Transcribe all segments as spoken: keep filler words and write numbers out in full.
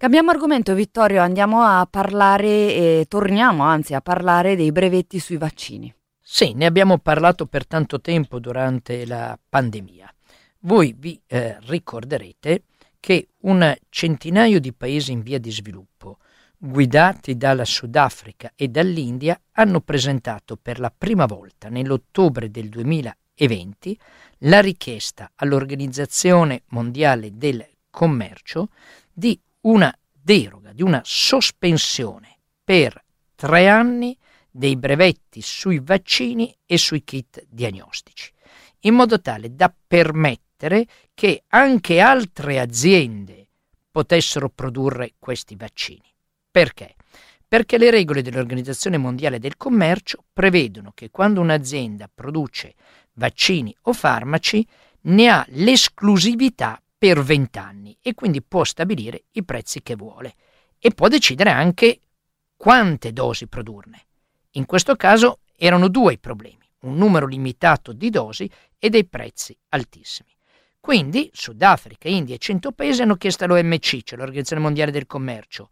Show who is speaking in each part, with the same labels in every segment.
Speaker 1: Cambiamo argomento, Vittorio, andiamo a parlare, e torniamo anzi a parlare dei brevetti sui vaccini.
Speaker 2: Sì, ne abbiamo parlato per tanto tempo durante la pandemia. Voi vi eh, ricorderete che un centinaio di paesi in via di sviluppo, guidati dalla Sudafrica e dall'India, hanno presentato per la prima volta nell'ottobre del duemilaventi la richiesta all'Organizzazione Mondiale del Commercio di una deroga, di una sospensione per tre anni dei brevetti sui vaccini e sui kit diagnostici, in modo tale da permettere che anche altre aziende potessero produrre questi vaccini. Perché? Perché le regole dell'Organizzazione Mondiale del Commercio prevedono che quando un'azienda produce vaccini o farmaci ne ha l'esclusività per venti anni e quindi può stabilire i prezzi che vuole e può decidere anche quante dosi produrne. In questo caso erano due i problemi, un numero limitato di dosi e dei prezzi altissimi. Quindi Sudafrica, India e cento paesi hanno chiesto all'O M C, cioè l'Organizzazione Mondiale del Commercio,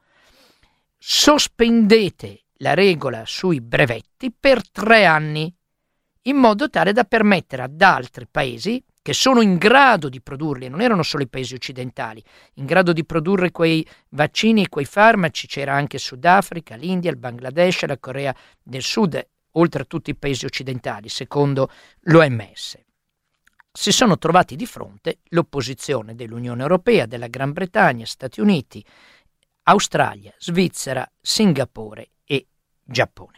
Speaker 2: sospendete la regola sui brevetti per tre anni, in modo tale da permettere ad altri paesi che sono in grado di produrli, e non erano solo i paesi occidentali, in grado di produrre quei vaccini e quei farmaci, c'era anche Sudafrica, l'India, il Bangladesh, la Corea del Sud, oltre a tutti i paesi occidentali, secondo l'O M S. Si sono trovati di fronte l'opposizione dell'Unione Europea, della Gran Bretagna, Stati Uniti, Australia, Svizzera, Singapore e Giappone.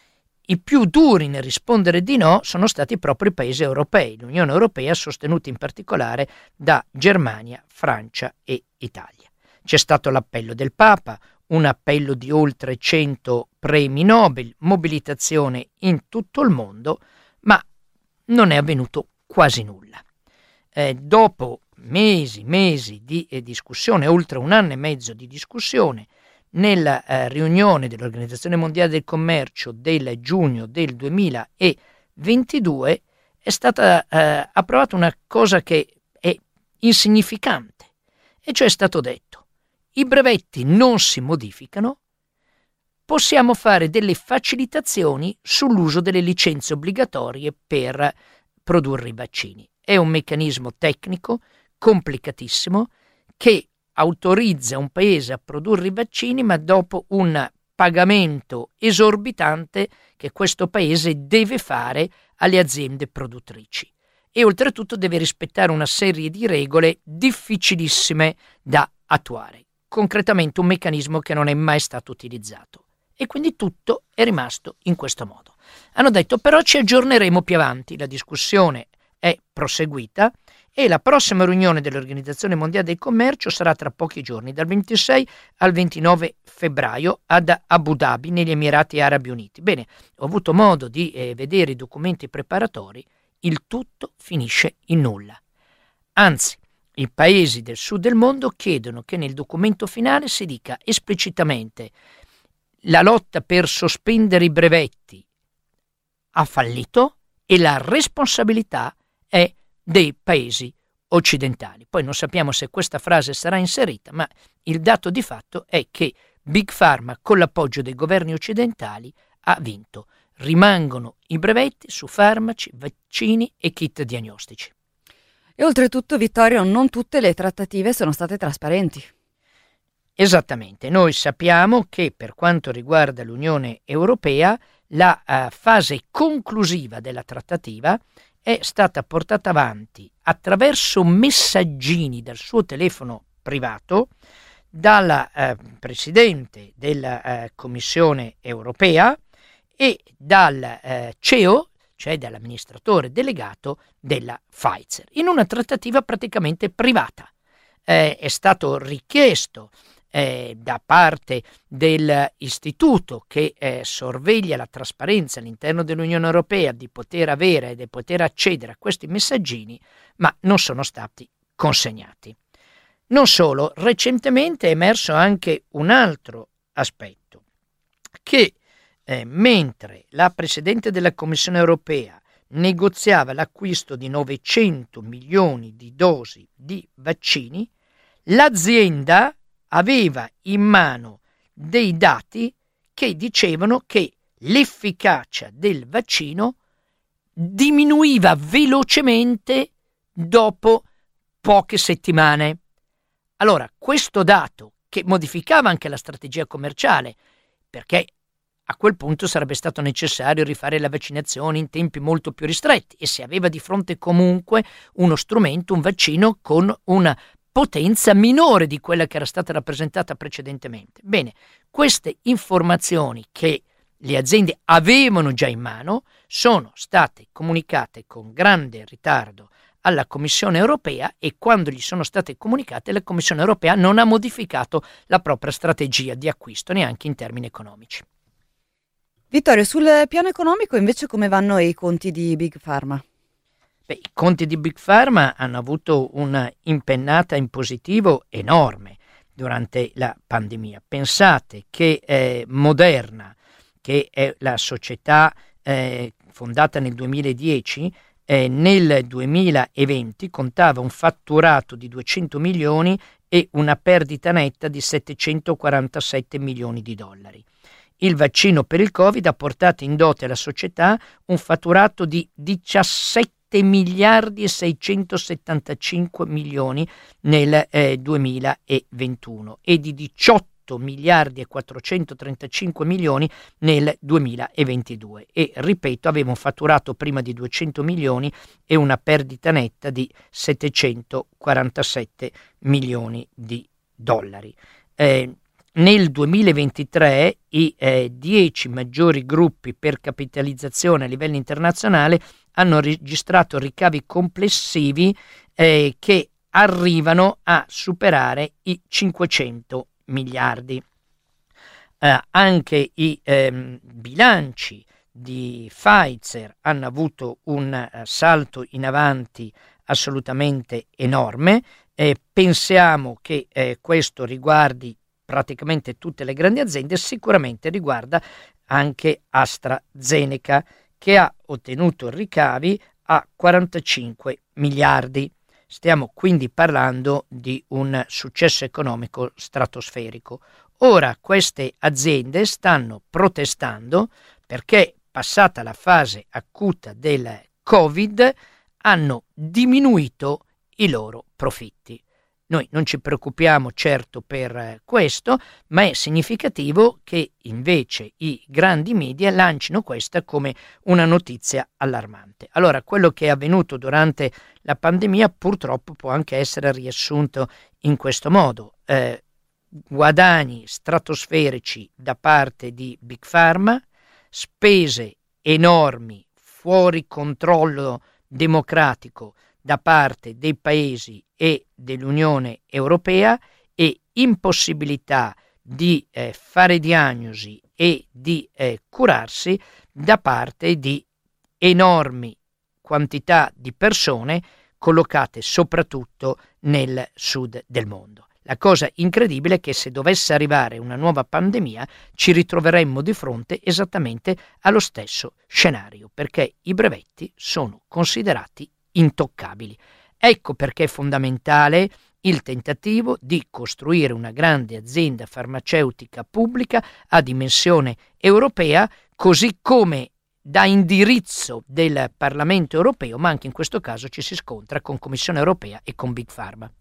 Speaker 2: I più duri nel rispondere di no sono stati proprio i paesi europei, l'Unione Europea sostenuta in particolare da Germania, Francia e Italia. C'è stato l'appello del Papa, un appello di oltre cento premi Nobel, mobilitazione in tutto il mondo, ma non è avvenuto quasi nulla. Eh, dopo mesi, mesi di eh, discussione, oltre un anno e mezzo di discussione, nella eh, riunione dell'Organizzazione Mondiale del Commercio del giugno del duemilaventidue è stata eh, approvata una cosa che è insignificante, e cioè è stato detto: i brevetti non si modificano, possiamo fare delle facilitazioni sull'uso delle licenze obbligatorie per produrre i vaccini. È un meccanismo tecnico complicatissimo che autorizza un paese a produrre i vaccini, ma dopo un pagamento esorbitante che questo paese deve fare alle aziende produttrici. E oltretutto deve rispettare una serie di regole difficilissime da attuare. Concretamente un meccanismo che non è mai stato utilizzato. E quindi tutto è rimasto in questo modo. Hanno detto però ci aggiorneremo più avanti, la discussione è proseguita e la prossima riunione dell'Organizzazione Mondiale del Commercio sarà tra pochi giorni, dal ventisei al ventinove febbraio ad Abu Dhabi, negli Emirati Arabi Uniti. Bene, ho avuto modo di eh, vedere i documenti preparatori, il tutto finisce in nulla. Anzi, i paesi del sud del mondo chiedono che nel documento finale si dica esplicitamente: la lotta per sospendere i brevetti ha fallito e la responsabilità è dei paesi occidentali. Poi non sappiamo se questa frase sarà inserita, ma il dato di fatto è che Big Pharma, con l'appoggio dei governi occidentali, ha vinto. Rimangono i brevetti su farmaci, vaccini e kit diagnostici.
Speaker 1: E oltretutto, Vittorio, non tutte le trattative sono state trasparenti.
Speaker 2: Esattamente, noi sappiamo che per quanto riguarda l'Unione Europea la uh, fase conclusiva della trattativa è stata portata avanti attraverso messaggini dal suo telefono privato dalla uh, Presidente della uh, Commissione Europea e dal uh, C E O, cioè dall'amministratore delegato della Pfizer, in una trattativa praticamente privata. Eh, è stato richiesto Eh, da parte dell'istituto che eh, sorveglia la trasparenza all'interno dell'Unione Europea di poter avere e di poter accedere a questi messaggini, ma non sono stati consegnati. Non solo, recentemente è emerso anche un altro aspetto, che eh, mentre la Presidente della Commissione Europea negoziava l'acquisto di novecento milioni di dosi di vaccini, l'azienda aveva in mano dei dati che dicevano che l'efficacia del vaccino diminuiva velocemente dopo poche settimane. Allora, questo dato, che modificava anche la strategia commerciale, perché a quel punto sarebbe stato necessario rifare la vaccinazione in tempi molto più ristretti e si aveva di fronte comunque uno strumento, un vaccino con una potenza minore di quella che era stata rappresentata precedentemente. Bene, queste informazioni che le aziende avevano già in mano sono state comunicate con grande ritardo alla Commissione europea, e quando gli sono state comunicate la Commissione europea non ha modificato la propria strategia di acquisto neanche in termini economici.
Speaker 1: Vittorio, sul piano economico invece come vanno i conti di Big Pharma?
Speaker 2: Beh, i conti di Big Pharma hanno avuto una impennata in positivo enorme durante la pandemia. Pensate che eh, Moderna, che è la società eh, fondata nel duemiladieci, eh, nel duemilaventi contava un fatturato di duecento milioni e una perdita netta di settecentoquarantasette milioni di dollari. Il vaccino per il Covid ha portato in dote alla società un fatturato di diciassette miliardi e seicentosettantacinque milioni nel eh, duemilaventuno e di diciotto miliardi e quattrocentotrentacinque milioni nel duemilaventidue, e ripeto, aveva un fatturato prima di duecento milioni e una perdita netta di settecentoquarantasette milioni di dollari. Eh, Nel duemilaventitré i eh, dieci maggiori gruppi per capitalizzazione a livello internazionale hanno registrato ricavi complessivi eh, che arrivano a superare i cinquecento miliardi. Eh, anche i ehm, bilanci di Pfizer hanno avuto un uh, salto in avanti assolutamente enorme. Eh, pensiamo che eh, questo riguardi praticamente tutte le grandi aziende, sicuramente riguarda anche AstraZeneca, che ha ottenuto ricavi a quarantacinque miliardi. Stiamo quindi parlando di un successo economico stratosferico. Ora queste aziende stanno protestando perché, passata la fase acuta del Covid, hanno diminuito i loro profitti. Noi non ci preoccupiamo certo per questo, ma è significativo che invece i grandi media lancino questa come una notizia allarmante. Allora, quello che è avvenuto durante la pandemia purtroppo può anche essere riassunto in questo modo. Eh, guadagni stratosferici da parte di Big Pharma, spese enormi fuori controllo democratico da parte dei paesi e dell'Unione Europea, e impossibilità di eh, fare diagnosi e di eh, curarsi da parte di enormi quantità di persone collocate soprattutto nel sud del mondo. La cosa incredibile è che se dovesse arrivare una nuova pandemia ci ritroveremmo di fronte esattamente allo stesso scenario, perché i brevetti sono considerati intoccabili. Ecco perché è fondamentale il tentativo di costruire una grande azienda farmaceutica pubblica a dimensione europea, così come da indirizzo del Parlamento europeo, ma anche in questo caso ci si scontra con Commissione europea e con Big Pharma.